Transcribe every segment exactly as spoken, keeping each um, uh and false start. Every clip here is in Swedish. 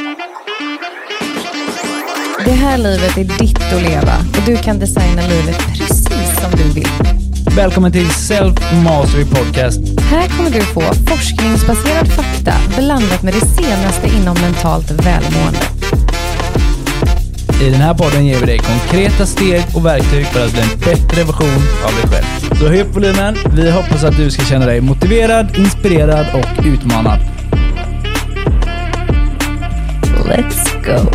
Det här livet är ditt att leva och du kan designa livet precis som du vill. Välkommen till Self Mastery Podcast. Här kommer du få forskningsbaserad fakta blandat med det senaste inom mentalt välmående. I den här podden ger vi dig konkreta steg och verktyg för att bli en bättre version av dig själv. Så höj upp volymen. Vi hoppas att du ska känna dig motiverad, inspirerad och utmanad. Let's go.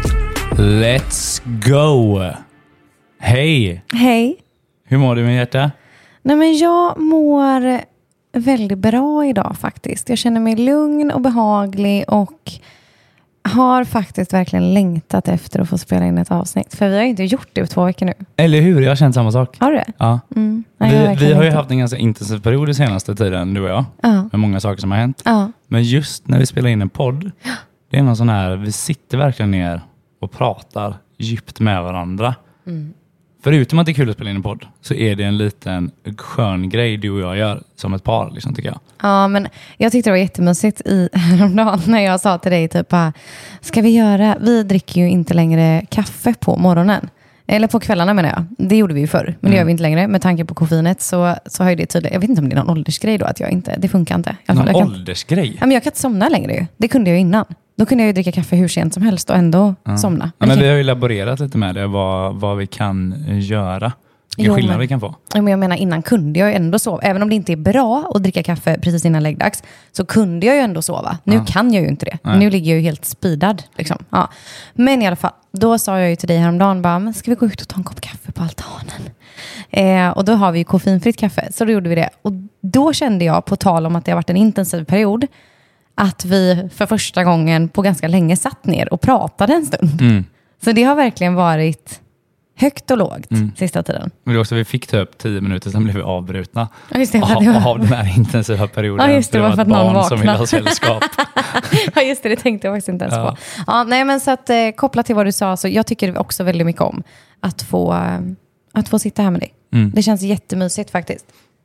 Let's go. Hej. Hej. Hur mår du, min hjärta? Nej, men jag mår väldigt bra idag faktiskt. Jag känner mig lugn och behaglig och har faktiskt verkligen längtat efter att få spela in ett avsnitt. För vi har inte gjort det i två veckor nu. Eller hur? Jag har känt samma sak. Har du det? Ja. Mm. Nej, vi, vi har ju inte. haft en ganska intensiv period i senaste tiden, du och jag. Ja. Med många saker som har hänt. Ja. Men just när vi spelar in en podd, det är någon sån här, vi sitter verkligen ner och pratar djupt med varandra. Mm. Förutom att det är kul att spela in en podd så är det en liten skön grej du och jag gör som ett par, liksom, tycker jag. Ja, men jag tyckte det var jättemysigt i häromdagen när jag sa till dig typ, ska vi göra, vi dricker ju inte längre kaffe på morgonen. Eller på kvällarna menar jag. Det gjorde vi ju förr, men det mm. gör vi inte längre. Med tanke på koffeinet så, så har ju det tydligt. Jag vet inte om det är någon åldersgrej då, att jag inte, det funkar inte. Jag, någon jag kan, åldersgrej? Ja, men jag kan inte somna längre ju. Det kunde jag ju innan. Då kunde jag ju dricka kaffe hur sent som helst och ändå ja. somna. Ja, men vi har ju laborerat lite med det, vad, vad vi kan göra. Vilken skillnad men, vi kan få. Men jag menar, innan kunde jag ju ändå sova. Även om det inte är bra att dricka kaffe precis innan läggdags, så kunde jag ju ändå sova. Nu ja. kan jag ju inte det. Nej. Nu ligger jag ju helt speedad. Liksom. Ja. Men i alla fall, då sa jag ju till dig häromdagen, bara, men ska vi gå ut och ta en kopp kaffe på altanen? Eh, och då har vi ju koffeinfritt kaffe. Så då gjorde vi det. Och då kände jag, på tal om att det har varit en intensiv period, att vi för första gången på ganska länge satt ner och pratade en stund. Mm. Så det har verkligen varit högt och lågt mm. sista tiden. Men det också, vi fick typ tio minuter, sen blev vi avbrutna. Ja, just det, av, det var... av den här intensiva perioden. Ja, just det, det var för att någon någon vaknade. Som ville ha sällskap. Ja, just det, det tänkte jag faktiskt inte ens ja. på. Ja, nej, men så att eh, kopplat till vad du sa, så jag tycker också väldigt mycket om att få, eh, att få sitta här med dig. Mm. Det känns jättemysigt faktiskt.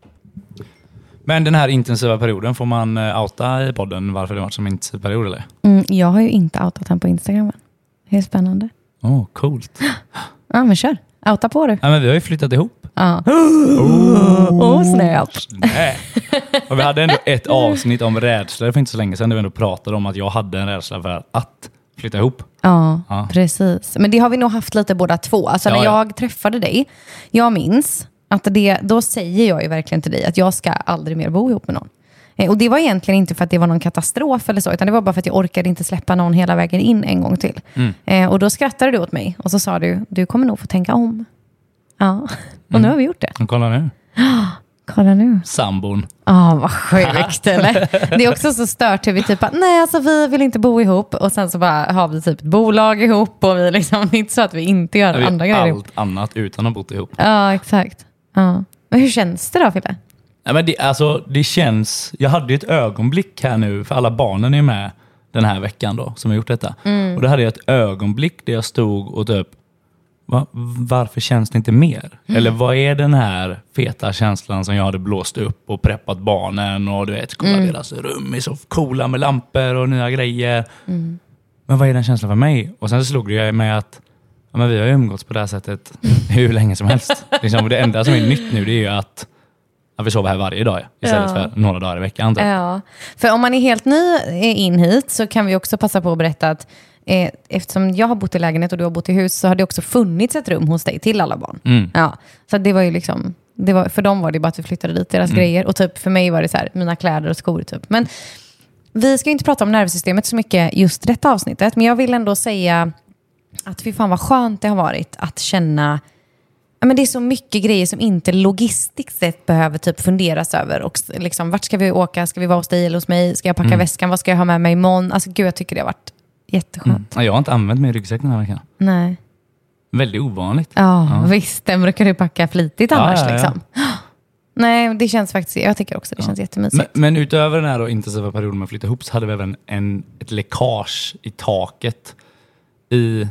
Men den här intensiva perioden, får man uh, outa i podden varför det varit som intensiv period, eller? Mm, jag har ju inte outat den på Instagram. Det är spännande. Åh, oh, coolt. Ja, men kör. Outa på du. Ja, men vi har ju flyttat ihop. Ja. Åh, oh, oh, snäpp. Nej. Och vi hade ändå ett avsnitt om rädsla för inte så länge sedan, där vi ändå pratade om att jag hade en rädsla för att flytta ihop. Ja, ja, precis. Men det har vi nog haft lite båda två. Alltså ja, när jag ja. träffade dig, jag minns att det, då säger jag ju verkligen till dig att jag ska aldrig mer bo ihop med någon. Eh, och det var egentligen inte för att det var någon katastrof eller så, utan det var bara för att jag orkade inte släppa någon hela vägen in en gång till. Mm. Eh, och då skrattade du åt mig och så sa du, du kommer nog få tänka om. Ja, och mm. nu har vi gjort det. Och kolla nu. Kolla nu. Sambon. Ja, oh, vad sjukt, eller? Det är också så stört hur vi typ, nej alltså vi vill inte bo ihop. Och sen så bara har vi typ ett bolag ihop och vi liksom, det är inte så att vi inte gör vi andra grejer. Allt annat utan att bo ihop. Ja, exakt. Ja. Men hur känns det då, Fille? Ja, men det, alltså, det känns, jag hade ju ett ögonblick här nu, för alla barnen är med den här veckan då, som har gjort detta. Mm. Och då hade jag ett ögonblick där jag stod och typ, Va, varför känns det inte mer? Mm. Eller vad är den här feta känslan som jag hade blåst upp och preppat barnen och du vet, kolla mm. deras rum är så coola med lampor och nya grejer. Mm. Men vad är den känslan för mig? Och sen så slog det mig att ja, men vi har umgåtts på det här sättet hur länge som helst. Liksom, det enda som är nytt nu, det är ju att, att vi sover här varje dag istället ja. för några dagar i veckan. Typ. Ja. För om man är helt ny in hit så kan vi också passa på att berätta att Eh, eftersom jag har bott i lägenhet och du har bott i hus, så har det också funnits ett rum hos dig till alla barn. Mm. Ja, så det var ju liksom, det var, för dem var det bara att vi flyttade dit deras mm. grejer. Och typ för mig var det så här, mina kläder och skor typ. Men vi ska ju inte prata om nervsystemet så mycket just detta avsnittet. Men jag vill ändå säga att fy fan vad skönt det har varit att känna, ja, men det är så mycket grejer som inte logistiskt sett behöver typ funderas över. Och liksom, vart ska vi åka? Ska vi vara hos dig eller hos mig? Ska jag packa mm. väskan? Vad ska jag ha med mig imorgon? Alltså gud, jag tycker det har varit jätteskönt. Mm. Jag har inte använt min ryggsäck den här veckan. Nej. Väldigt ovanligt. Ja, ja. Visst. Den brukar du packa flitigt annars. Ja, ja, ja. Liksom. Nej, det känns faktiskt, jag tycker också det ja. känns jättemysigt. Men, men utöver den här då, intensiva perioden med att flytta ihop, så hade vi även en, ett läckage i taket i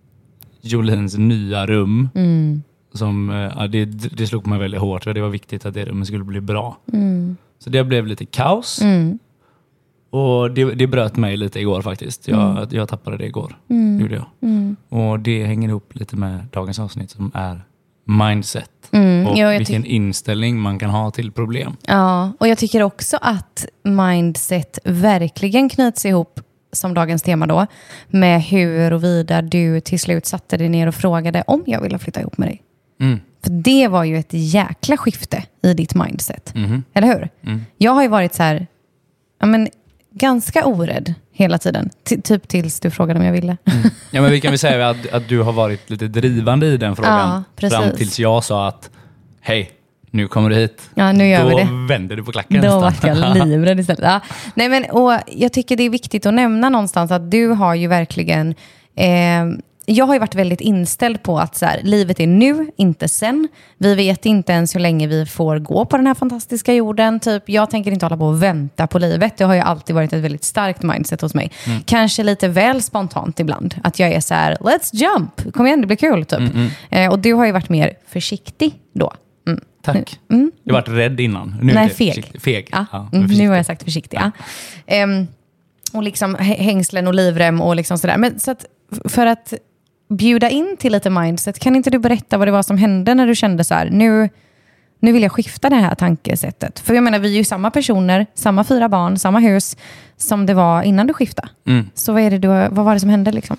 Jolins nya rum. Mm. Som, ja, det, det slog mig väldigt hårt och det var viktigt att det rummet skulle bli bra. Mm. Så det blev lite kaos. Mm. Och det, det bröt mig lite igår faktiskt. Jag, mm. jag tappade det igår. Mm. Gjorde jag. Mm. Och det hänger ihop lite med dagens avsnitt som är mindset. Mm. Och ja, vilken ty- inställning man kan ha till problem. Ja, och jag tycker också att mindset verkligen knyts ihop som dagens tema då. Med hur och vidare du till slut satte dig ner och frågade om jag ville flytta ihop med dig. Mm. För det var ju ett jäkla skifte i ditt mindset. Mm. Eller hur? Mm. Jag har ju varit så här, ja men ganska orädd hela tiden. T- typ tills du frågade om jag ville. Mm. Ja, men vi kan väl säga att, att du har varit lite drivande i den frågan. Ja, fram tills jag sa att hej, nu kommer du hit. Ja, nu gör Då vi det. vänder du på klacken. Då var jag livrädd istället. Ja. Nej, men, och jag tycker det är viktigt att nämna någonstans att du har ju verkligen... Eh, jag har ju varit väldigt inställd på att så här, livet är nu, inte sen. Vi vet inte ens hur länge vi får gå på den här fantastiska jorden. Typ, jag tänker inte hålla på och vänta på livet. Det har ju alltid varit ett väldigt starkt mindset hos mig. Mm. Kanske lite väl spontant ibland. Att jag är så här, let's jump. Kom igen, det blir kul. Typ. Mm, mm. Eh, och du har ju varit mer försiktig då. Mm. Tack. Mm. Du har varit rädd innan. Nu Nej, är det feg. feg. Ja. Ja, mm, nu har jag sagt försiktig. Ja. Ja. Um, och liksom hängslen och livrem och liksom sådär. Men så att för att bjuda in till lite mindset, kan inte du berätta vad det var som hände när du kände så här, nu, nu vill jag skifta det här tankesättet? För jag menar, vi är ju samma personer, samma fyra barn, samma hus som det var innan du skiftade. Mm. Så vad, är det då, vad var det som hände liksom?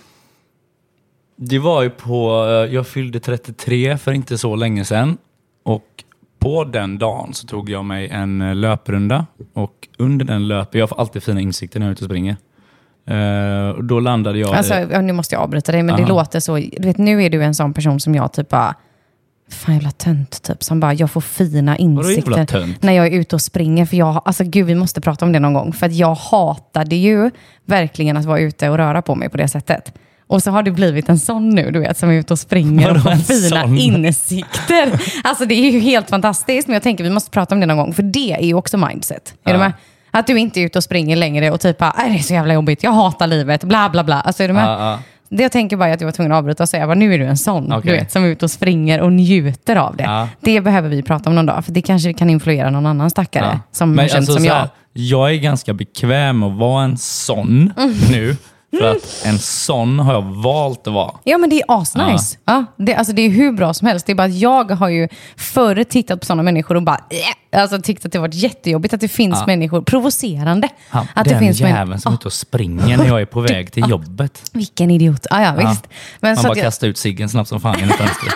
Det var ju på, jag fyllde trettiotre för inte så länge sedan. Och på den dagen så tog jag mig en löprunda. Och under den löpen, jag får alltid fina insikter när jag är ute och springer. Uh, och då landade jag... Alltså, i... nu måste jag avbryta dig, men Aha. det låter så... Du vet, nu är du en sån person som jag typ bara... Fan, jävla tönt, typ. Som bara, jag får fina insikter när jag är ute och springer. För jag... Alltså, gud, vi måste prata om det någon gång. För att jag hatade ju verkligen att vara ute och röra på mig på det sättet. Och så har det blivit en sån nu, du vet, som är ute och springer och får fina sån? insikter. Alltså, det är ju helt fantastiskt. Men jag tänker, vi måste prata om det någon gång. För det är ju också mindset. Är ja. du med? Att du inte är ute och springer längre och typ, är det är så jävla jobbigt, jag hatar livet, bla bla bla. Alltså är du med? Uh, uh. Det jag tänker bara är att jag var tvungen att avbryta och säga, nu är du en sån, okay. du vet, som är ute och springer och njuter av det. Uh. Det behöver vi prata om någon dag, för det kanske kan influera någon annan stackare uh. som Men, känns alltså, som jag. Här, jag är ganska bekväm att vara en sån mm. nu. För att en sån har jag valt att vara. Ja, men det är asnice. Ja. Ja, det, alltså, det är hur bra som helst. Det är bara att jag har ju förr tittat på sådana människor och bara äh, alltså, tyckt att det varit jättejobbigt att det finns ja. människor. Provocerande. Ja, att den det finns jäveln män- som är ute och springer när jag är på väg till jobbet. Vilken idiot. Ah, ja, visst. Men Man så bara att jag... kastar ut ciggen snabbt som fan i fönstret.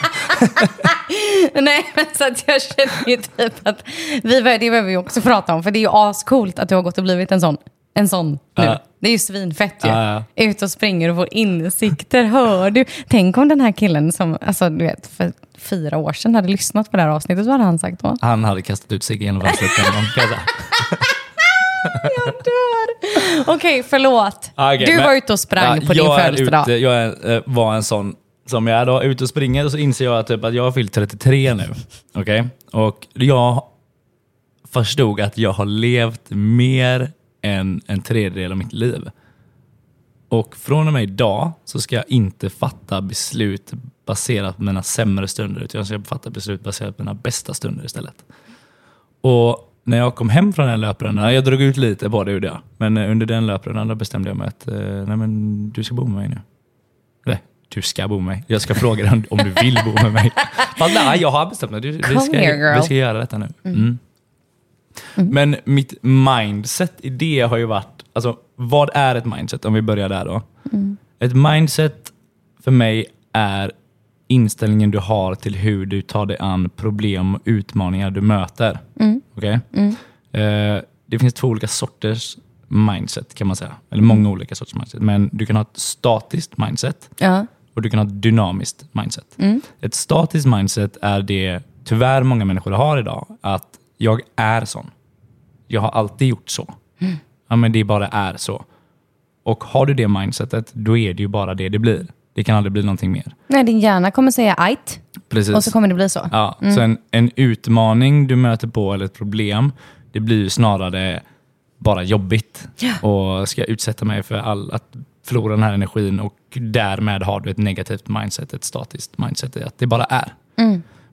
Nej, men så att jag känner ju typ att vi, det behöver vi också prata om. För det är ju ascoolt att du har gått och blivit en sån. En sån nu. Uh. Det är ju svinfett ju. Uh, uh. Ut och springer och får insikter. Hör du? Tänk om den här killen som, alltså du vet, för fyra år sedan hade lyssnat på det här avsnittet. Vad hade han sagt då? Han hade kastat ut sig genom fönstret en gång. Jag dör. Okej, okay, förlåt. Okay, du men, var ute och sprang ja, på din födelsedag. Ute, jag är, var en sån som jag är då. Ute och springer och så inser jag typ att jag har fyllt trettiotre nu. Okej? Okay? Och jag förstod att jag har levt mer än en tredjedel av mitt liv. Och från och med idag så ska jag inte fatta beslut baserat på mina sämre stunder, utan jag ska fatta beslut baserat på mina bästa stunder istället. Och när jag kom hem från den löprundan, jag drog ut lite på det gjorde jag, men under den löprundan då bestämde jag mig att nej men du ska bo med mig nu. Nej, du ska bo med mig. Jag ska fråga dig om du vill bo med mig. Fast nej, jag har bestämt mig. Vi ska, here, vi ska göra detta nu. Mm. Mm. Men mitt mindset i det har ju varit, alltså vad är ett mindset om vi börjar där då? Mm. Ett mindset för mig är inställningen du har till hur du tar dig an problem och utmaningar du möter. Mm. Okay? Mm. Eh, det finns två olika sorters mindset kan man säga. Eller många olika sorters mindset. Men du kan ha ett statiskt mindset ja. och du kan ha ett dynamiskt mindset. Mm. Ett statiskt mindset är det tyvärr många människor har idag, att jag är sån. Jag har alltid gjort så. Mm. Ja, men det bara är så. Och har du det mindsetet, då är det ju bara det det blir. Det kan aldrig bli någonting mer. Nej, din hjärna kommer säga ajt. Precis. Och så kommer det bli så. Ja, mm. så en, en utmaning du möter på eller ett problem, det blir ju snarare bara jobbigt. Ja. Och ska utsätta mig för all, att förlora den här energin, och därmed har du ett negativt mindset, ett statiskt mindset i att det bara är. Mm.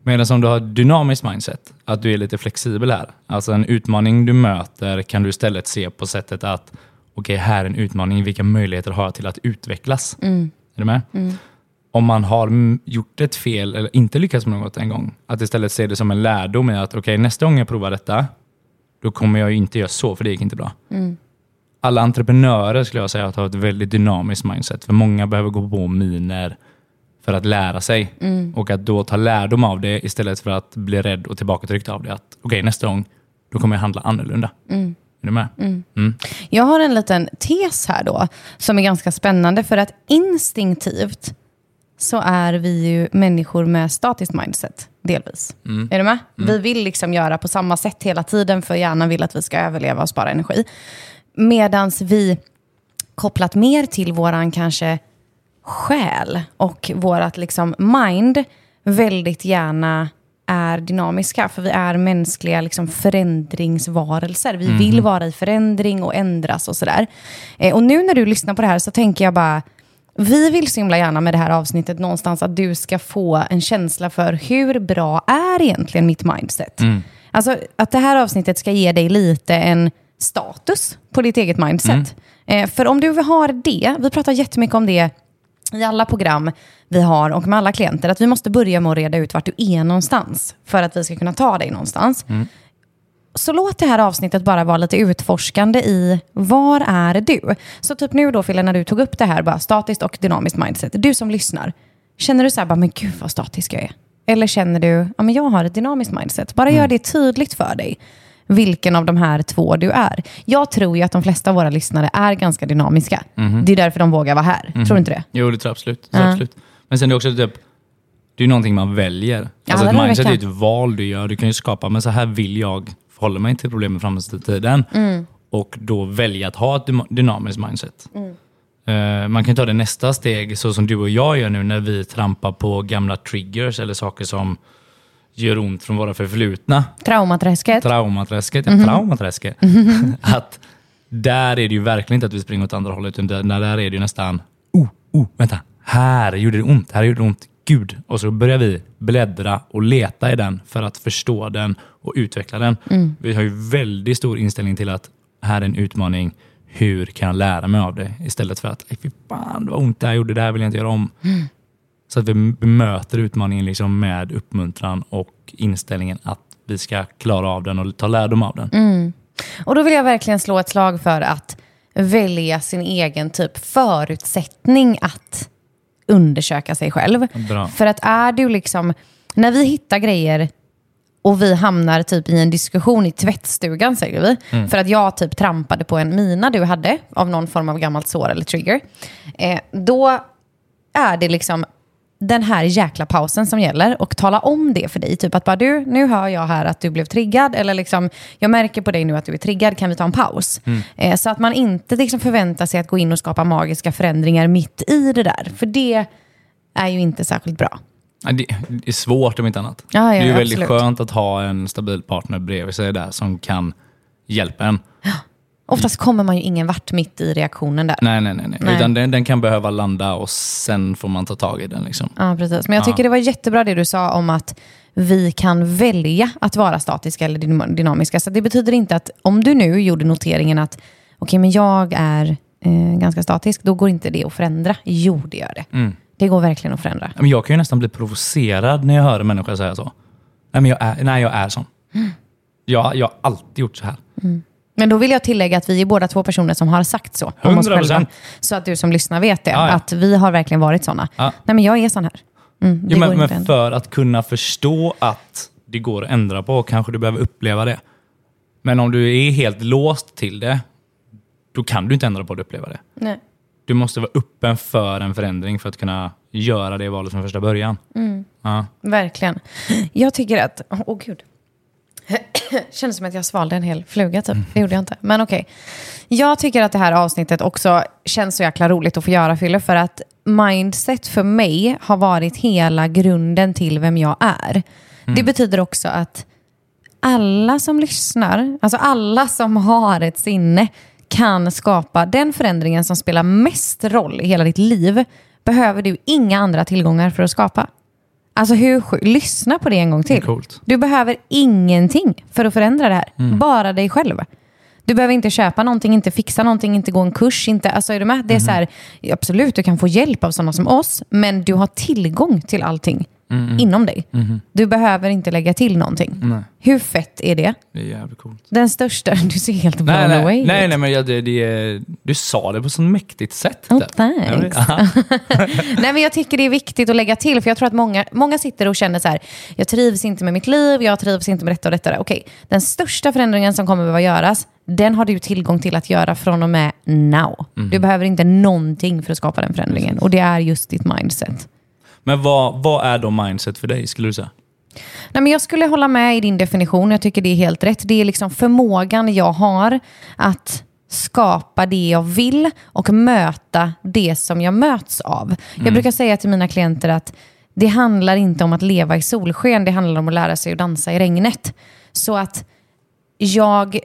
Medan om du har dynamiskt mindset, att du är lite flexibel här. Alltså en utmaning du möter kan du istället se på sättet att okej, okay, här är en utmaning, vilka möjligheter har jag till att utvecklas? Mm. Är du med? Mm. Om man har gjort ett fel eller inte lyckats med något en gång, att istället se det som en lärdom i att okej, okay, nästa gång jag provar detta, då kommer jag ju inte göra så, för det gick inte bra. Mm. Alla entreprenörer skulle jag säga att har ett väldigt dynamiskt mindset, för många behöver gå på miner för att lära sig. Mm. Och att då ta lärdom av det istället för att bli rädd och tillbakatryckt av det. Att okej, okay, nästa gång, då kommer jag handla annorlunda. Mm. Är du med? Mm. Mm. Jag har en liten tes här då, som är ganska spännande. För att instinktivt så är vi ju människor med statiskt mindset, delvis. Mm. Är du med? Mm. Vi vill liksom göra på samma sätt hela tiden, för hjärnan vill att vi ska överleva och spara energi. Medans vi kopplat mer till våran kanske själ och vårat liksom mind väldigt gärna är dynamiska, för vi är mänskliga liksom förändringsvarelser. Vi mm. vill vara i förändring och ändras och sådär. Eh, och nu när du lyssnar på det här så tänker jag bara, vi vill så himla gärna med det här avsnittet någonstans att du ska få en känsla för hur bra är egentligen mitt mindset. Mm. Alltså att det här avsnittet ska ge dig lite en status på ditt eget mindset. Mm. Eh, för om du har det, vi pratar jättemycket om det i alla program vi har och med alla klienter, att vi måste börja med att reda ut vart du är någonstans för att vi ska kunna ta dig någonstans. Mm. Så låt det här avsnittet bara vara lite utforskande i var är du? Så typ nu då, Fille, när du tog upp det här, bara statiskt och dynamiskt mindset. Du som lyssnar, känner du så här, bara, men gud vad statisk jag är? Eller känner du, ja men jag har ett dynamiskt mindset. Bara mm. gör det tydligt för dig vilken av de här två du är. Jag tror ju att de flesta av våra lyssnare är ganska dynamiska. Mm. Det är därför de vågar vara här. Mm. Tror du inte det? Jo, det tror jag absolut. Det tror uh. absolut. Men sen är det också typ, det är någonting man väljer. Ja, alltså ett mindset är ett val du gör. Du kan ju skapa, men så här vill jag förhålla mig till problemen framåt i tiden. Mm. Och då välja att ha ett dynamiskt mindset. Mm. Uh, man kan ta det nästa steg, så som du och jag gör nu när vi trampar på gamla triggers eller saker som gör ont från våra förflutna. Traumaträsket. Traumaträsket, ja, mm-hmm. traumaträsket. Mm-hmm. Att där är det ju verkligen inte att vi springer åt andra hållet, utan där, där är det ju nästan, oh, oh, vänta, här gjorde det ont, här gjorde det ont, gud. Och så börjar vi bläddra och leta i den för att förstå den och utveckla den. Mm. Vi har ju väldigt stor inställning till att här är en utmaning, hur kan jag lära mig av det? Istället för att, fy fan, det var ont där, jag gjorde det här, vill jag inte göra om. Mm. Så att vi möter utmaningen liksom med uppmuntran och inställningen att vi ska klara av den och ta lärdom av den. Mm. Och då vill jag verkligen slå ett slag för att välja sin egen typ förutsättning att undersöka sig själv. Bra. För att är du liksom, när vi hittar grejer och vi hamnar typ i en diskussion i tvättstugan, säger vi. Mm. För att jag typ trampade på en mina du hade av någon form av gammalt sår eller trigger. Eh, då är det liksom den här jäkla pausen som gäller och tala om det för dig. Typ att bara du, nu hör jag här att du blev triggad, eller liksom, jag märker på dig nu att du är triggad, kan vi ta en paus? Mm. Eh, så att man inte liksom förväntar sig att gå in och skapa magiska förändringar mitt i det där. För det är ju inte särskilt bra. Det är svårt om inte annat. Ja, ja, det är ju absolut. väldigt skönt att ha en stabil partner bredvid sig där som kan hjälpa en. Ja. Oftast kommer man ju ingen vart mitt i reaktionen där. Nej, nej, nej. nej. nej. Utan den, den kan behöva landa och sen får man ta tag i den. Liksom. Ja, precis. Men jag tycker ja. det var jättebra det du sa om att vi kan välja att vara statiska eller dynamiska. Så det betyder inte att om du nu gjorde noteringen att okej, okay, men jag är eh, ganska statisk, då går inte det att förändra. Jo, det gör det. Mm. Det går verkligen att förändra. Men jag kan ju nästan bli provocerad när jag hör en människa säga så. Nej, men jag är, nej, jag är sån. Mm. Jag, jag har alltid gjort så här. Mm. Men då vill jag tillägga att vi är båda två personer som har sagt så om oss själva. Så att du som lyssnar vet det. Ja, ja. Att vi har verkligen varit såna. Ja. Nej, men jag är sån här. Mm, jo, men, men för att kunna förstå att det går att ändra på, kanske du behöver uppleva det. Men om du är helt låst till det, då kan du inte ändra på att uppleva det. Nej. Du måste vara öppen för en förändring för att kunna göra det valet från första början. Mm. Ja. Verkligen. Jag tycker att... Åh oh, gud. Känns som att jag svalde en hel fluga typ. Det gjorde jag inte. Men okej. Okay. Jag tycker att det här avsnittet också känns så jäkla roligt att få göra, Fylle. För att mindset för mig har varit hela grunden till vem jag är. Mm. Det betyder också att alla som lyssnar, alltså alla som har ett sinne, kan skapa den förändringen som spelar mest roll i hela ditt liv. Behöver du inga andra tillgångar för att skapa. Alltså hur, lyssna på det en gång till. Coolt. Du behöver ingenting för att förändra det här. Mm. Bara dig själv. Du behöver inte köpa någonting, inte fixa någonting, inte gå en kurs. Inte, alltså är du med? Det är mm. så här, absolut, du kan få hjälp av sådana som oss. Men du har tillgång till allting mm. inom dig. Mm. Du behöver inte lägga till någonting. Nej. Hur fett är det? Det är jävligt coolt. Den största, du ser helt blown nej, nej, away. Nej, nej, men jag, det, det, du sa det på så mäktigt sätt. Oh, thanks. Nej, men jag tycker det är viktigt att lägga till. För jag tror att många, många sitter och känner så här, jag trivs inte med mitt liv, jag trivs inte med detta och detta. Okej, den största förändringen som kommer behöva göras, den har du tillgång till att göra från och med now. Mm. Du behöver inte någonting för att skapa den förändringen. Precis. Och det är just ditt mindset. Men vad, vad är då mindset för dig, skulle du säga? Nej, men jag skulle hålla med i din definition. Jag tycker det är helt rätt. Det är liksom förmågan jag har att skapa det jag vill och möta det som jag möts av. Mm. Jag brukar säga till mina klienter att det handlar inte om att leva i solsken. Det handlar om att lära sig att dansa i regnet. Så att jag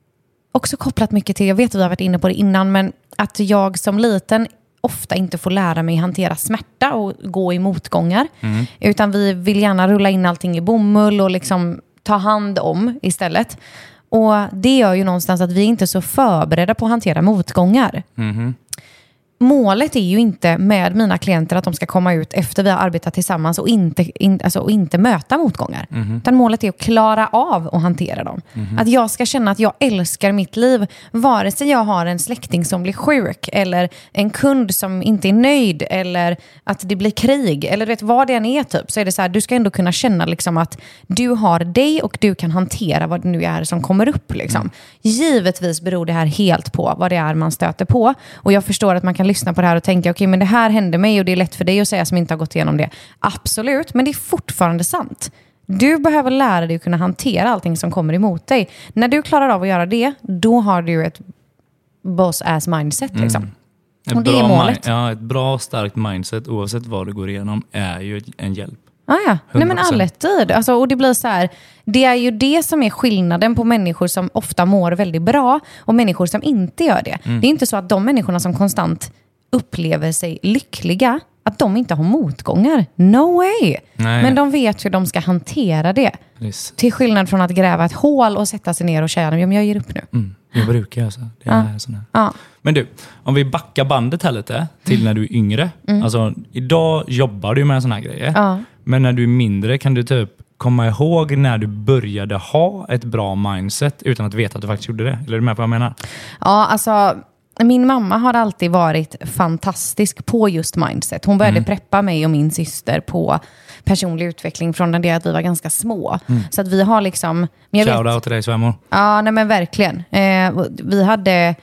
också kopplat mycket till, jag vet att vi har varit inne på det innan, men att jag som liten ofta inte får lära mig hantera smärta och gå i motgångar. Mm. Utan vi vill gärna rulla in allting i bomull och liksom ta hand om istället. Och det gör ju någonstans att vi inte är så förberedda på att hantera motgångar. Mm. Målet är ju inte med mina klienter att de ska komma ut efter vi har arbetat tillsammans och inte, in, alltså, och inte möta motgångar. Mm. Utan målet är att klara av och hantera dem. Mm. Att jag ska känna att jag älskar mitt liv. Vare sig jag har en släkting som blir sjuk eller en kund som inte är nöjd eller att det blir krig eller vet vad det än är typ, så är det så här, du ska ändå kunna känna liksom att du har dig och du kan hantera vad det nu är som kommer upp. Liksom. Mm. Givetvis beror det här helt på vad det är man stöter på. Och jag förstår att man kan lyssna på det här och tänka, okej, okay, men det här hände mig och det är lätt för dig att säga som inte har gått igenom det. Absolut, men det är fortfarande sant. Du behöver lära dig att kunna hantera allting som kommer emot dig. När du klarar av att göra det, då har du ett boss-ass mindset liksom. Mm. Och det är målet. Ja, ett bra, starkt mindset oavsett vad du går igenom är ju en hjälp. Ah, ja, nej men alltid. Alltså, och det blir så här, det är ju det som är skillnaden på människor som ofta mår väldigt bra och människor som inte gör det. Mm. Det är inte så att de människorna som konstant upplever sig lyckliga, att de inte har motgångar. No way! Nej. Men de vet hur de ska hantera det. Precis. Till skillnad från att gräva ett hål och sätta sig ner och säga, ja, men jag ger upp nu. Mm. Jag brukar alltså. Det är ja. Sån här. Ja. Men du, om vi backar bandet här lite till mm. när du är yngre. Mm. Alltså, idag jobbar du med såna här grejer. Ja. Men när du är mindre, kan du typ komma ihåg när du började ha ett bra mindset utan att veta att du faktiskt gjorde det? Eller är du med på vad jag menar? Ja, alltså min mamma har alltid varit fantastisk på just mindset. Hon började mm. preppa mig och min syster på personlig utveckling från den det att vi var ganska små. Mm. Så att vi har liksom... Shoutout till dig, svärmor. Ja, nej men verkligen. Eh, vi hade...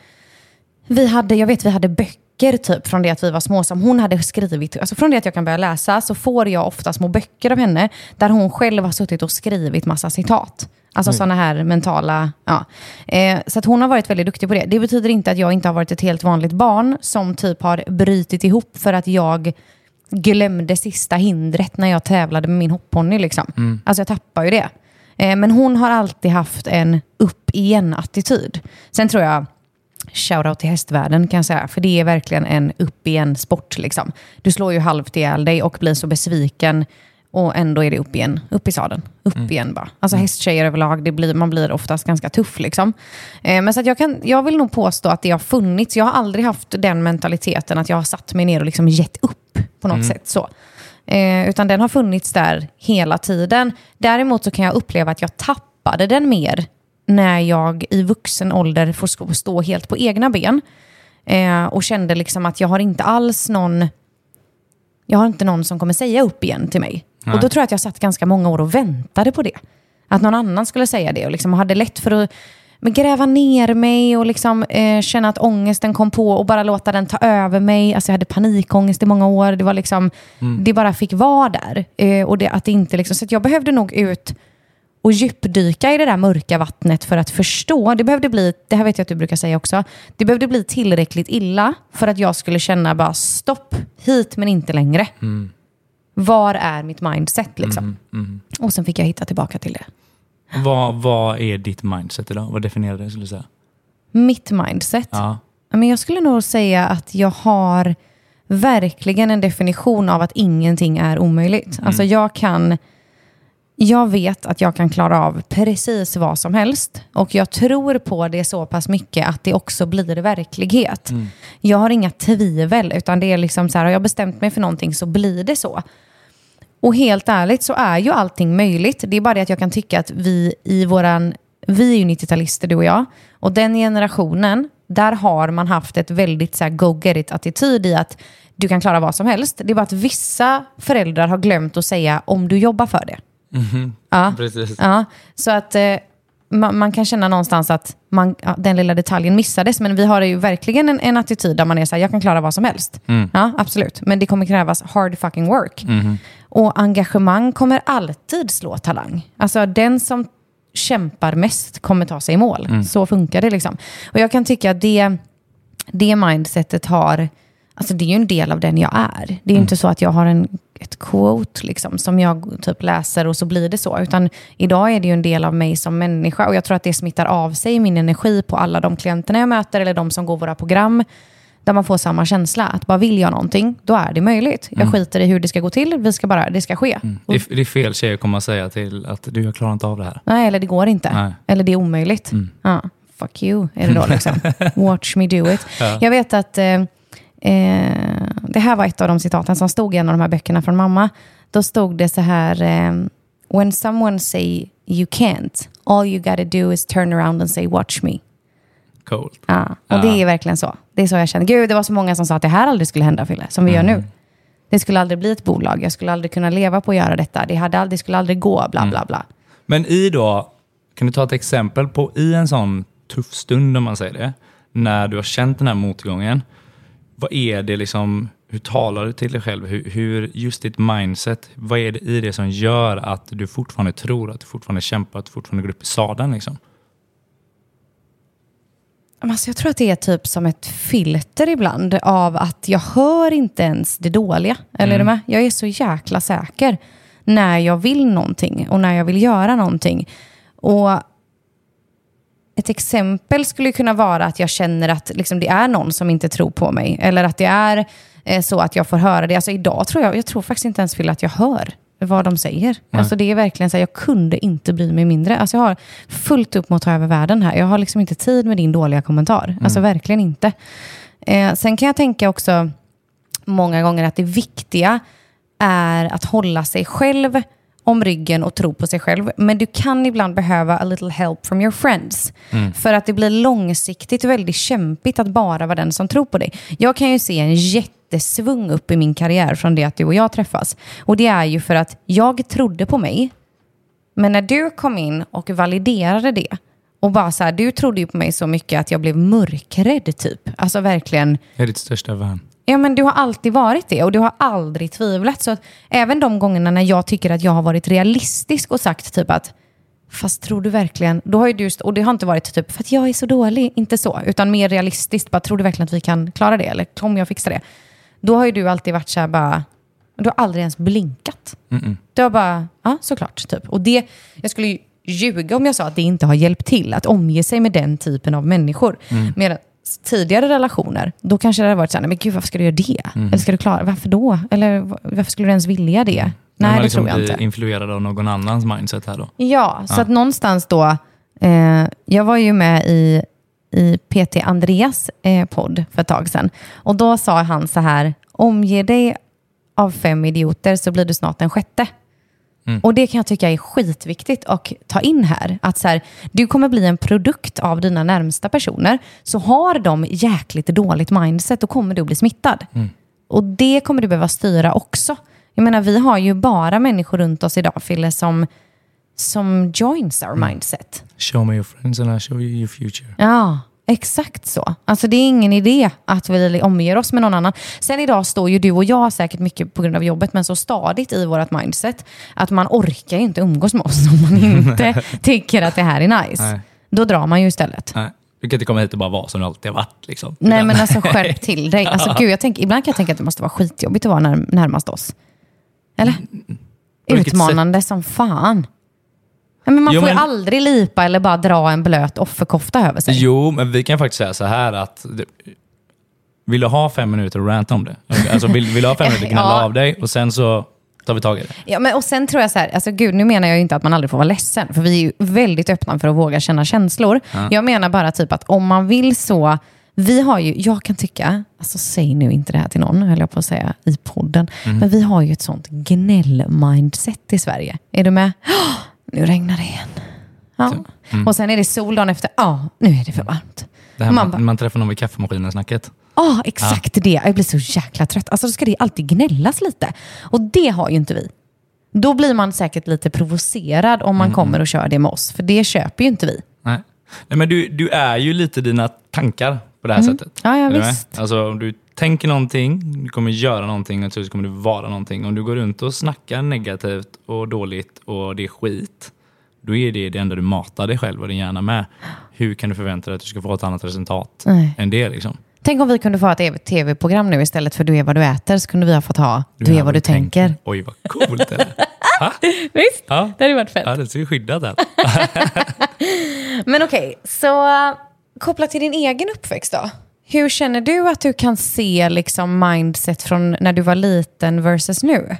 Vi hade, jag vet vi hade böcker typ från det att vi var små som hon hade skrivit. Alltså från det att jag kan börja läsa så får jag ofta små böcker av henne där hon själv har suttit och skrivit massa citat. Alltså sådana här mentala... Ja. Eh, så att hon har varit väldigt duktig på det. Det betyder inte att jag inte har varit ett helt vanligt barn som typ har brytit ihop för att jag glömde sista hindret när jag tävlade med min hoppponny. Liksom. Mm. Alltså jag tappar ju det. Eh, men hon har alltid haft en upp igen-attityd. Sen tror jag... Shoutout till hästvärlden kan jag säga. För det är verkligen en upp igen sport liksom. Du slår ju halvt ihjäl dig och blir så besviken. Och ändå är det upp igen. Upp i sadeln. Upp mm. igen bara. Alltså mm. hästtjejer överlag, det blir, man blir oftast ganska tuff liksom. Eh, men så att jag, kan, jag vill nog påstå att det har funnits. Jag har aldrig haft den mentaliteten att jag har satt mig ner och liksom gett upp på något mm. sätt så. Eh, utan den har funnits där hela tiden. Däremot så kan jag uppleva att jag tappade den mer när jag i vuxen ålder får stå helt på egna ben. Eh, och kände liksom att jag har inte alls någon... Jag har inte någon som kommer säga upp igen till mig. Nej. Och då tror jag att jag satt ganska många år och väntade på det. Att någon annan skulle säga det. Och liksom hade lätt för att men gräva ner mig och liksom, eh, känna att ångesten kom på och bara låta den ta över mig. Alltså jag hade panikångest i många år. Det var liksom, mm. det bara fick vara där. Eh, och det, att det inte liksom, så att jag behövde nog ut och djupdyka i det där mörka vattnet för att förstå. Det behövde bli, det här vet jag att du brukar säga också, det behövde bli tillräckligt illa för att jag skulle känna bara stopp, hit men inte längre. Mm. Var är mitt mindset liksom? Mm, mm. Och sen fick jag hitta tillbaka till det. Vad, vad är ditt mindset idag? Vad definierar det, skulle du säga? Mitt mindset? Ja. Men jag skulle nog säga att jag har verkligen en definition av att ingenting är omöjligt. Mm. Alltså jag kan... Jag vet att jag kan klara av precis vad som helst. Och jag tror på det så pass mycket att det också blir verklighet. Mm. Jag har inga tvivel, utan det är liksom så här, har jag bestämt mig för någonting så blir det så. Och helt ärligt så är ju allting möjligt. Det är bara det att jag kan tycka att vi i våran... Vi är ju nittio-talister, du och jag. Och den generationen, där har man haft ett väldigt så här go-get-it-attityd i att du kan klara vad som helst. Det är bara att vissa föräldrar har glömt att säga om du jobbar för det. Mm-hmm. Ja, precis. Ja, så att eh, man, man kan känna någonstans att man, ja, den lilla detaljen missades. Men vi har ju verkligen en, en attityd där man är så här, jag kan klara vad som helst. Mm. Ja, absolut. Men det kommer krävas hard fucking work. Mm-hmm. Och engagemang kommer alltid slå talang. Alltså den som kämpar mest kommer ta sig i mål. Mm. Så funkar det liksom. Och jag kan tycka att det, det mindsetet har... Alltså det är ju en del av den jag är. Det är ju mm. inte så att jag har en, ett quote liksom, som jag typ läser och så blir det så. Utan idag är det ju en del av mig som människa. Och jag tror att det smittar av sig min energi på alla de klienterna jag möter. Eller de som går våra program. Där man får samma känsla. Att bara vill jag någonting, då är det möjligt. Jag mm. skiter i hur det ska gå till. Vi ska bara, det ska ske. Mm. Det, är, det är fel tjej att komma och säga till att du, jag klarar inte av det här. Nej, eller det går inte. Nej. Eller det är omöjligt. Mm. Ja, fuck you, är det då liksom. Watch me do it. Ja. Jag vet att... Eh, Eh, det här var ett av de citaten som stod i en av de här böckerna från mamma. Då stod det så här: eh, when someone say you can't, all you gotta do is turn around and say watch me. Cool. Ja, och ja. Det är verkligen så. Det är så jag känner. Gud, det var så många som sa att det här aldrig skulle hända, Fille, som vi mm. gör nu. Det skulle aldrig bli ett bolag. Jag skulle aldrig kunna leva på att göra detta. Det hade aldrig, skulle aldrig gå, bla bla bla. Mm. Men i då, kan du ta ett exempel på i en sån tuff stund, om man säger det, när du har känt den här motgången. Vad är det liksom, hur talar du till dig själv? Hur, hur just ditt mindset, vad är det i det som gör att du fortfarande tror, att du fortfarande kämpar, att du fortfarande går upp i sadeln liksom? Alltså jag tror att det är typ som ett filter ibland av att jag hör inte ens det dåliga. Eller mm. är du med? Jag är så jäkla säker när jag vill någonting och när jag vill göra någonting. Och ett exempel skulle kunna vara att jag känner att liksom, det är någon som inte tror på mig. Eller att det är eh, så att jag får höra det. Alltså idag tror jag, jag tror faktiskt inte ens att jag hör vad de säger. Nej. Alltså det är verkligen så här, jag kunde inte bry mig mindre. Alltså jag har fullt upp mot att ta över världen här. Jag har liksom inte tid med din dåliga kommentar. Mm. Alltså verkligen inte. Eh, sen kan jag tänka också många gånger att det viktiga är att hålla sig själv om ryggen och tro på sig själv. Men du kan ibland behöva a little help from your friends. Mm. För att det blir långsiktigt väldigt kämpigt att bara vara den som tror på dig. Jag kan ju se en jättesvung upp i min karriär från det att du och jag träffas. Och det är ju för att jag trodde på mig. Men när du kom in och validerade det och bara så här, du trodde ju på mig så mycket att jag blev mörkrädd typ. Alltså verkligen. Jag är ditt största vän. Ja, men du har alltid varit det och du har aldrig tvivlat. Så att även de gångerna när jag tycker att jag har varit realistisk och sagt typ att fast tror du verkligen, då har ju du, och det har inte varit typ för att jag är så dålig, inte så, utan mer realistiskt, bara tror du verkligen att vi kan klara det eller kommer jag fixa det? Då har ju du alltid varit så här bara, du har aldrig ens blinkat. Mm-mm. Du har bara, ja såklart typ. Och det, jag skulle ju ljuga om jag sa att det inte har hjälpt till att omge sig med den typen av människor. Mm. Medan tidigare relationer, då kanske det hade varit så här, men gud, varför ska du göra det? Mm. Eller ska du klara, varför då? Eller varför skulle du ens vilja det? Mm. Nej, det liksom tror jag inte. Influerad av någon annans mindset här då. Ja, så ja. Att någonstans då, eh, jag var ju med i, i P T Andreas eh, podd för ett tag sedan. Och då sa han så här, omge dig av fem idioter så blir du snart en sjätte. Mm. Och det kan jag tycka är skitviktigt att ta in här. Att så här, du kommer bli en produkt av dina närmsta personer. Så har de jäkligt dåligt mindset, då kommer du bli smittad. Mm. Och det kommer du behöva styra också. Jag menar, vi har ju bara människor runt oss idag, Fille, som, som joins our mindset. Show me your friends and I'll show you your future. Ja, exakt så. Alltså det är ingen idé att vi omger oss med någon annan. Sen idag står ju du och jag säkert mycket på grund av jobbet, men så stadigt i vårt mindset att man orkar ju inte umgås med oss om man inte tycker att det här är nice. Nej. Då drar man ju istället. Nej. Du kan inte komma hit och bara vara som du alltid har varit. Liksom. Nej, men alltså skärp till dig. Alltså, gud, jag tänker, ibland kan jag tänka att det måste vara skitjobbigt att vara när, närmast oss. Eller? Mm. Utmanande som fan. Ja, men man jo, får ju men... aldrig lipa eller bara dra en blöt offerkofta över sig. Jo, men vi kan faktiskt säga så här att det, vill du ha fem minuter och ranta om det? Alltså vill, vill du ha fem minuter gnälla ja. av dig och sen så tar vi tag i det? Ja, men och sen tror jag så här, alltså gud, nu menar jag ju inte att man aldrig får vara ledsen, för vi är ju väldigt öppna för att våga känna känslor. Ja. Jag menar bara typ att om man vill så, vi har ju, jag kan tycka, alltså säg nu inte det här till någon, höll jag på att säga i podden, mm. men vi har ju ett sånt gnäll-mindset i Sverige. Är du med? Oh, nu regnar det igen. Ja. Mm. Och sen är det sol dagen efter, ja, oh, nu är det för varmt. Det här man, man, man träffar någon vid kaffemaskinen snacket. Ja, oh, exakt ja. det. Jag blir så jäkla trött. Alltså då ska det alltid gnällas lite. Och det har ju inte vi. Då blir man säkert lite provocerad om man mm. kommer och kör det med oss. För det köper ju inte vi. Nej, Nej men du, du är ju lite dina tankar på det här mm. sättet. Ja, ja visst. Alltså om du tänker någonting, du kommer göra någonting och så kommer du vara någonting. Om du går runt och snackar negativt och dåligt och det är skit, då är det det enda du matar dig själv och din hjärna med. Hur kan du förvänta dig att du ska få ett annat resultat Nej. än det liksom? Tänk om vi kunde få ett tv-program nu istället för du är vad du äter, så kunde vi ha fått ha du, du är vad, vad du tänker. tänker. Oj, vad coolt det är. Visst? Ja. Det hade varit fett. Ja, det ser skyddat där. Men okej, okay, så kopplat till din egen uppväxt då. Hur känner du att du kan se liksom mindset från när du var liten versus nu?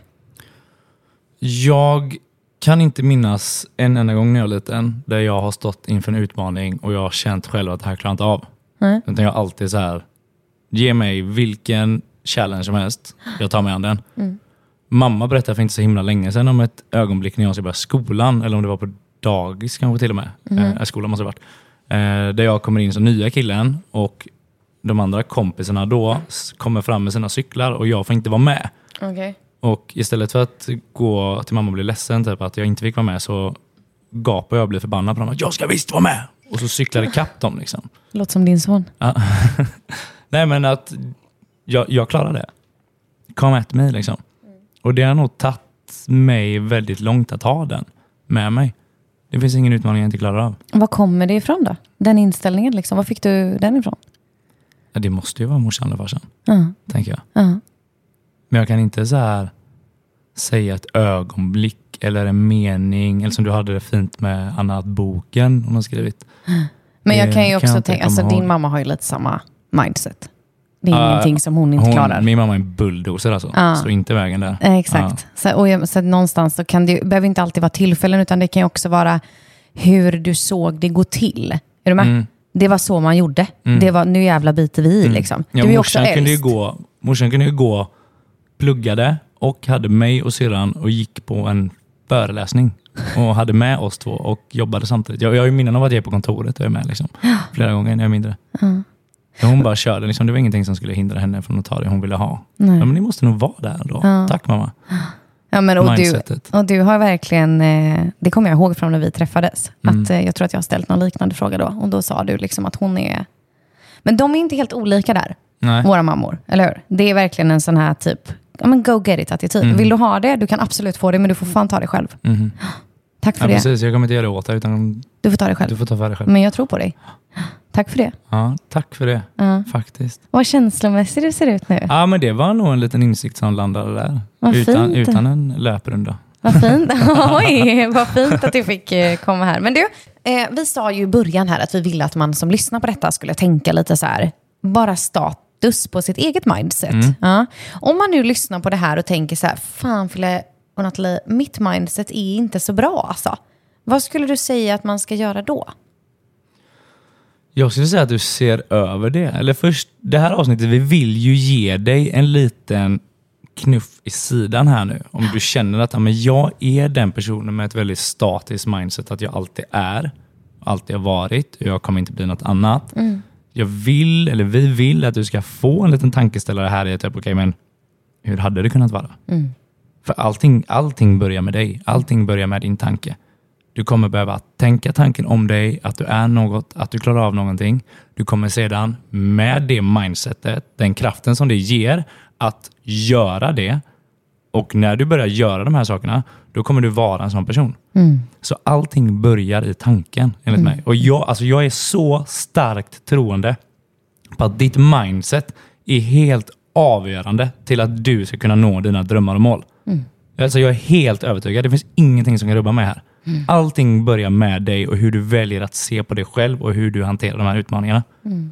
Jag kan inte minnas en enda gång när jag var liten där jag har stått inför en utmaning och jag har känt själv att det här klarar inte av. Mm. Utan jag alltid så här, ge mig vilken challenge som helst, jag tar mig an den. Mm. Mamma berättade för inte så himla länge sedan om ett ögonblick när jag ska börja skolan, eller om det var på dagis kanske till och med, mm. äh, skolan måste ha varit, äh, där jag kommer in som nya killen och de andra kompisarna då kommer fram med sina cyklar och jag får inte vara med. Okay. Och istället för att gå till mamma och bli ledsen typ, att jag inte fick vara med, så gapar jag och blir förbannad på dem att jag ska visst vara med. Och så cyklar det kapp dem liksom. Låter som din son. Ja. Nej, men att jag, jag klarar det. Kom at mig liksom. Mm. Och det har nog tagit mig väldigt långt att ha den med mig. Det finns ingen utmaning jag inte klarar av. Vad kommer det ifrån då? Den inställningen liksom. Var fick du den ifrån? Ja, det måste ju vara morsan och farsan. Mm. Tänker jag. Mm. Men jag kan inte så här säga ett ögonblick eller en mening, eller som du hade det fint med Anna-boken hon har skrivit. Men jag kan ju också kan tänka, alltså ihåg. Din mamma har ju lite samma mindset. Det är uh, ingenting som hon inte hon, klarar. Min mamma är en bulldozer alltså. Uh. Står inte i vägen där. Uh, exakt. Uh. Så, och jag, så någonstans så kan det ju, behöver inte alltid vara tillfällen, utan det kan ju också vara hur du såg det gå till. Är du med? Mm. Det var så man gjorde. Mm. Det var, nu jävla biter vi i mm. liksom. Ja, du är morsan också kunde ju gå, morsan kunde ju gå, pluggade och hade mig och syrran och gick på en föreläsning och hade med oss två och jobbade samtidigt. Jag, jag har ju minnen av att jag är på kontoret och är med liksom, flera gånger när jag är mindre. Mm. Hon bara körde, liksom, det var ingenting som skulle hindra henne från att ta det hon ville ha. Ja, men ni måste nog vara där då. Ja. Tack mamma. Ja, men, och, du, och du har verkligen, eh, det kommer jag ihåg från när vi träffades, mm. att eh, jag tror att jag har ställt någon liknande fråga då, och då sa du liksom att hon är, men de är inte helt olika där. Nej. Våra mammor, eller hur? Det är verkligen en sån här typ, ja men go get it attityd. Mm. Vill du ha det? Du kan absolut få det, men du får fan ta det själv. Mm. Tack för ja, det. Precis, jag kommer inte göra det åt dig, utan du får ta det själv. Du får ta för dig själv. Men jag tror på dig. Tack för det. Ja, tack för det. Ja. Faktiskt. Vad känslomässigt det ser ut nu. Ja, men det var nog en liten insikt som landade där. Vad utan, fint. utan en löprunda. Vad fint. Oj, vad fint att du fick komma här. Men du, eh, vi sa ju i början här att vi ville att man som lyssnar på detta skulle tänka lite så här, bara status på sitt eget mindset. Mm. Ja. Om man nu lyssnar på det här och tänker så här, fan Fille och Nathalie, mitt mindset är inte så bra alltså. Vad skulle du säga att man ska göra då? Jag skulle säga att du ser över det. Eller först, det här avsnittet, vi vill ju ge dig en liten knuff i sidan här nu. Om du känner att ja, men jag är den personen med ett väldigt statiskt mindset, att jag alltid är, alltid har varit, och jag kommer inte bli något annat. Mm. Jag vill, eller vi vill att du ska få en liten tankeställare här i att typ, okej, men hur hade det kunnat vara? Mm. För allting, allting börjar med dig. Allting börjar med din tanke. Du kommer behöva tänka tanken om dig, att du är något, att du klarar av någonting. Du kommer sedan med det mindsetet, den kraften som det ger, att göra det. Och när du börjar göra de här sakerna, då kommer du vara en sån person. Mm. Så allting börjar i tanken, enligt mm. mig. Och jag, alltså jag är så starkt troende på att ditt mindset är helt avgörande till att du ska kunna nå dina drömmar och mål. Mm. Alltså jag är helt övertygad. Det finns ingenting som kan rubba mig här. Mm. Allting börjar med dig och hur du väljer att se på dig själv och hur du hanterar de här utmaningarna. Mm.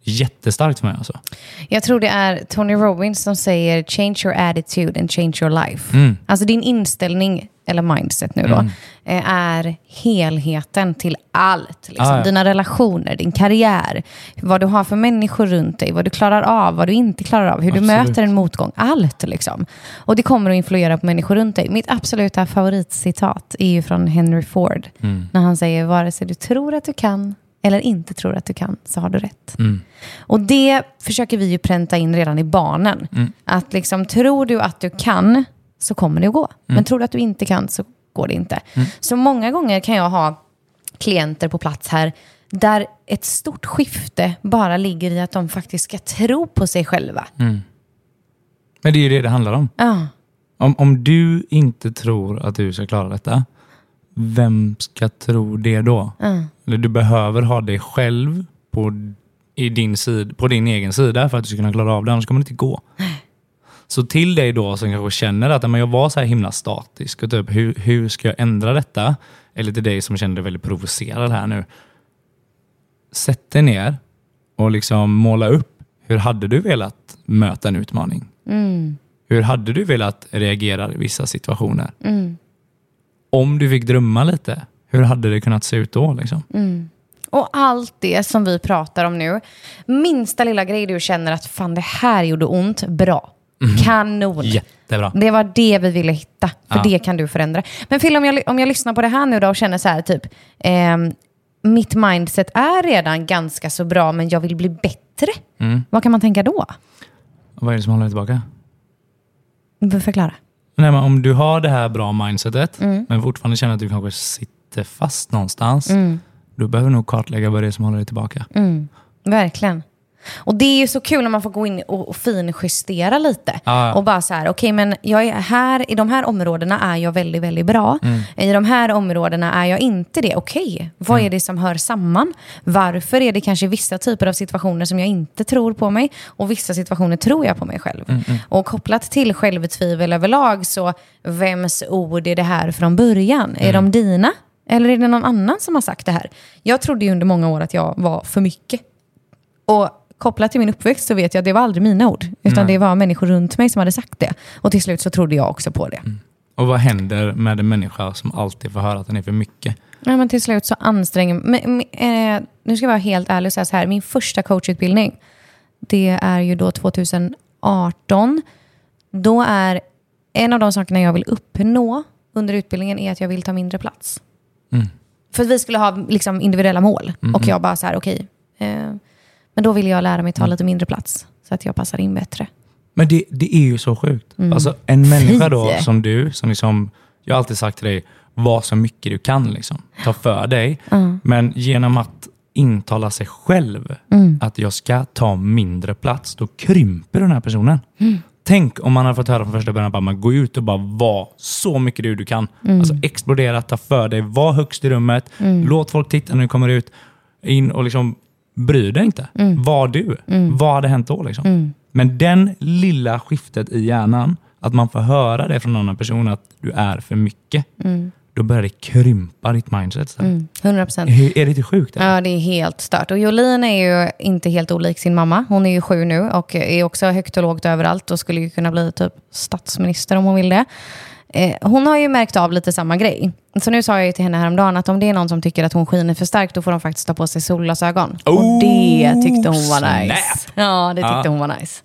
jättestarkt för mig alltså. Jag tror det är Tony Robbins som säger change your attitude and change your life. Mm. Alltså din inställning, eller mindset nu då, mm. är helheten till allt. Liksom. Ah, ja. Dina relationer, din karriär, vad du har för människor runt dig, vad du klarar av, vad du inte klarar av, hur absolut. Du möter en motgång, allt liksom. Och det kommer att influera på människor runt dig. Mitt absoluta favoritcitat är ju från Henry Ford. Mm. När han säger, vare sig du tror att du kan eller inte tror att du kan, så har du rätt. Mm. Och det försöker vi ju pränta in redan i barnen. Mm. Att liksom, tror du att du kan, så kommer det att gå. Mm. Men tror du att du inte kan, så går det inte. Mm. Så många gånger kan jag ha klienter på plats här där ett stort skifte bara ligger i att de faktiskt ska tro på sig själva. Mm. Men det är ju det det handlar om. Ja. Om, om du inte tror att du ska klara detta, vem ska tro det då? Mm. Eller du behöver ha dig själv på, i din sid, på din egen sida för att du ska kunna klara av det, annars kommer det inte gå. Så till dig då som kanske känner att men jag var så här himla statisk och typ, hur, hur ska jag ändra detta? Eller till dig som känner dig väldigt provocerad här nu. Sätt dig ner och liksom måla upp, hur hade du velat möta en utmaning? Mm. Hur hade du velat reagera i vissa situationer? Mm. Om du fick drömma lite, hur hade det kunnat se ut då? Liksom? Mm. Och allt det som vi pratar om nu, minsta lilla grej du känner att fan, det här gjorde ont, bra. Mm. Kanon. Jättebra. Det var det vi ville hitta. För ja. det kan du förändra. Men Phil, om jag, om jag lyssnar på det här nu då och känner så här typ, eh, mitt mindset är redan ganska så bra, men jag vill bli bättre. Mm. Vad kan man tänka då? Vad är det som håller dig tillbaka? Du får förklara. Nej, men om du har det här bra mindsetet, mm. men fortfarande känner att du kanske sitter fast någonstans, mm. då behöver du nog kartlägga vad det är som håller dig tillbaka. Mm. Verkligen. Och det är ju så kul när man får gå in och, och finjustera lite. Ah. Och bara så här, okej, okay, men jag är här, i de här områdena är jag väldigt, väldigt bra. Mm. I de här områdena är jag inte det. Okej, okay, vad mm. är det som hör samman? Varför är det kanske vissa typer av situationer som jag inte tror på mig? Och vissa situationer tror jag på mig själv. Mm, mm. Och kopplat till självtvivel överlag, så vems ord är det här från början? Mm. Är de dina? Eller är det någon annan som har sagt det här? Jag trodde ju under många år att jag var för mycket. Och kopplat till min uppväxt så vet jag att det var aldrig mina ord. Utan Nej. Det var människor runt mig som hade sagt det. Och till slut så trodde jag också på det. Mm. Och vad händer med en människa som alltid får höra att den är för mycket? Ja, men till slut så anstränger men, eh, nu ska jag vara helt ärlig och säga så här. Min första coachutbildning, det är ju då tjugoarton. Då är en av de sakerna jag vill uppnå under utbildningen är att jag vill ta mindre plats. Mm. För att vi skulle ha liksom individuella mål. Mm. Och jag bara så här, okej... Okay, eh, Men då vill jag lära mig ta lite mindre plats så att jag passar in bättre. Men det, det är ju så sjukt. Mm. Alltså en människa då som du, som liksom, jag har alltid sagt till dig, var så mycket du kan liksom. Ta för dig. Mm. Men genom att intala sig själv mm. att jag ska ta mindre plats, då krymper den här personen. Mm. Tänk om man har fått höra från första början att man går ut och bara var så mycket du, du kan. Mm. Alltså explodera, ta för dig, var högst i rummet. Mm. Låt folk titta när du kommer ut. In och liksom bry dig inte. Mm. Var du? Mm. Vad hade hänt då? Liksom? Mm. Men den lilla skiftet i hjärnan, att man får höra det från en annan person att du är för mycket, mm. då börjar det krympa ditt mindset. Mm. hundra procent. Är det inte sjukt? Eller? Ja, det är helt stört. Och Jolene är ju inte helt olik sin mamma. Hon är ju sju nu och är också högt och lågt överallt och skulle ju kunna bli typ statsminister om hon vill det. Hon har ju märkt av lite samma grej. Så nu sa jag ju till henne häromdagen att om det är någon som tycker att hon skiner för starkt, då får de faktiskt ta på sig solglasögon. Oh, och det tyckte hon var snap. nice. Ja, det tyckte ja. hon var nice.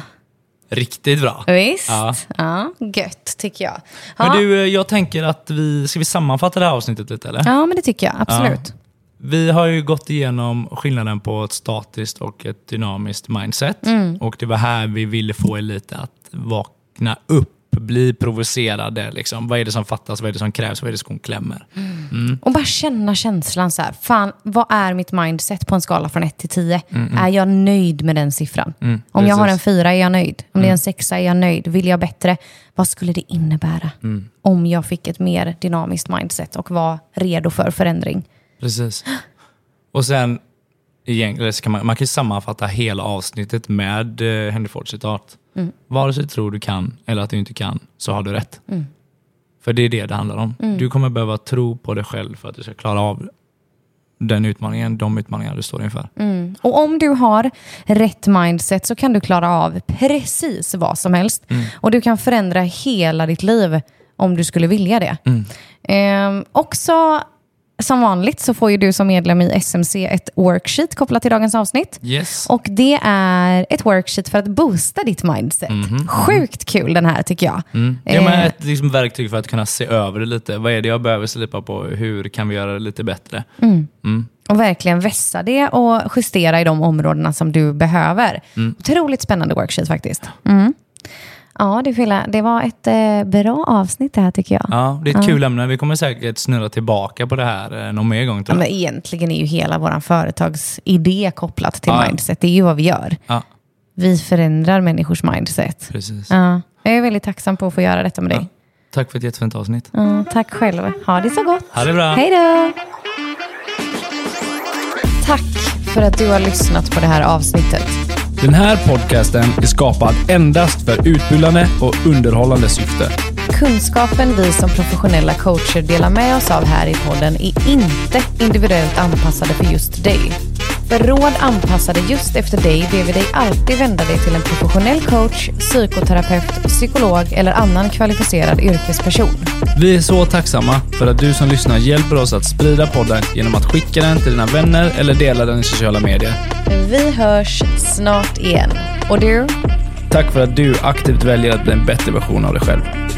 Riktigt bra. Visst? Ja, ja gött tycker jag. Ja. Men du, jag tänker att vi, ska vi sammanfatta det här avsnittet lite eller? Ja, men det tycker jag, absolut. Ja. Vi har ju gått igenom skillnaden på ett statiskt och ett dynamiskt mindset. Mm. Och det var här vi ville få er lite att vakna upp. Bli provocerade. Liksom. Vad är det som fattas? Vad är det som krävs? Vad är det som klämmer? Mm. Mm. Och bara känna känslan så här. Fan, vad är mitt mindset på en skala från ett till tio? Mm, mm. Är jag nöjd med den siffran? Mm, Om jag har en fyra är jag nöjd. Om mm. det är en sexa är jag nöjd. Vill jag bättre? Vad skulle det innebära? Mm. Om jag fick ett mer dynamiskt mindset och var redo för förändring? Precis. Och sen egentligen kan man, man kan sammanfatta hela avsnittet med eh, Henry Fords citat. Mm. Vare sig tror du kan eller att du inte kan, så har du rätt. Mm. För det är det det handlar om. Mm. Du kommer behöva tro på dig själv för att du ska klara av den utmaningen, de utmaningar du står inför. Mm. Och om du har rätt mindset så kan du klara av precis vad som helst. Mm. Och du kan förändra hela ditt liv om du skulle vilja det. Mm. Ehm, också som vanligt så får ju du som medlem i S M C ett worksheet kopplat till dagens avsnitt. Yes. Och det är ett worksheet för att boosta ditt mindset. Mm-hmm. Sjukt kul den här tycker jag. Mm. Ja, men ett liksom, verktyg för att kunna se över det lite. Vad är det jag behöver slipa på? Hur kan vi göra det lite bättre? Mm. Mm. Och verkligen vässa det och justera i de områdena som du behöver. Mm. Otroligt spännande worksheet faktiskt. Mm. Ja, det, Filla, det var ett eh, bra avsnitt det här tycker jag. Ja, det är ett ja. kul ämne. Vi kommer säkert snurra tillbaka på det här eh, någon mer gång. Ja, men egentligen är ju hela vår företagsidé kopplat till ja. mindset. Det är ju vad vi gör. Ja. Vi förändrar människors mindset. Precis. Ja. Jag är väldigt tacksam på att få göra detta med dig. Ja. Tack för ett jättefint avsnitt. Ja, tack själv. Ha det så gott. Ha det bra. Hej då. Tack för att du har lyssnat på det här avsnittet. Den här podcasten är skapad endast för utbildande och underhållande syfte. Kunskapen vi som professionella coacher delar med oss av här i podden är inte individuellt anpassade för just dig. För råd anpassade just efter dig ber vi dig alltid vända dig till en professionell coach, psykoterapeut, psykolog eller annan kvalificerad yrkesperson. Vi är så tacksamma för att du som lyssnar hjälper oss att sprida podden genom att skicka den till dina vänner eller dela den i sociala medier. Vi hörs snart igen. Och du? Tack för att du aktivt väljer att bli en bättre version av dig själv.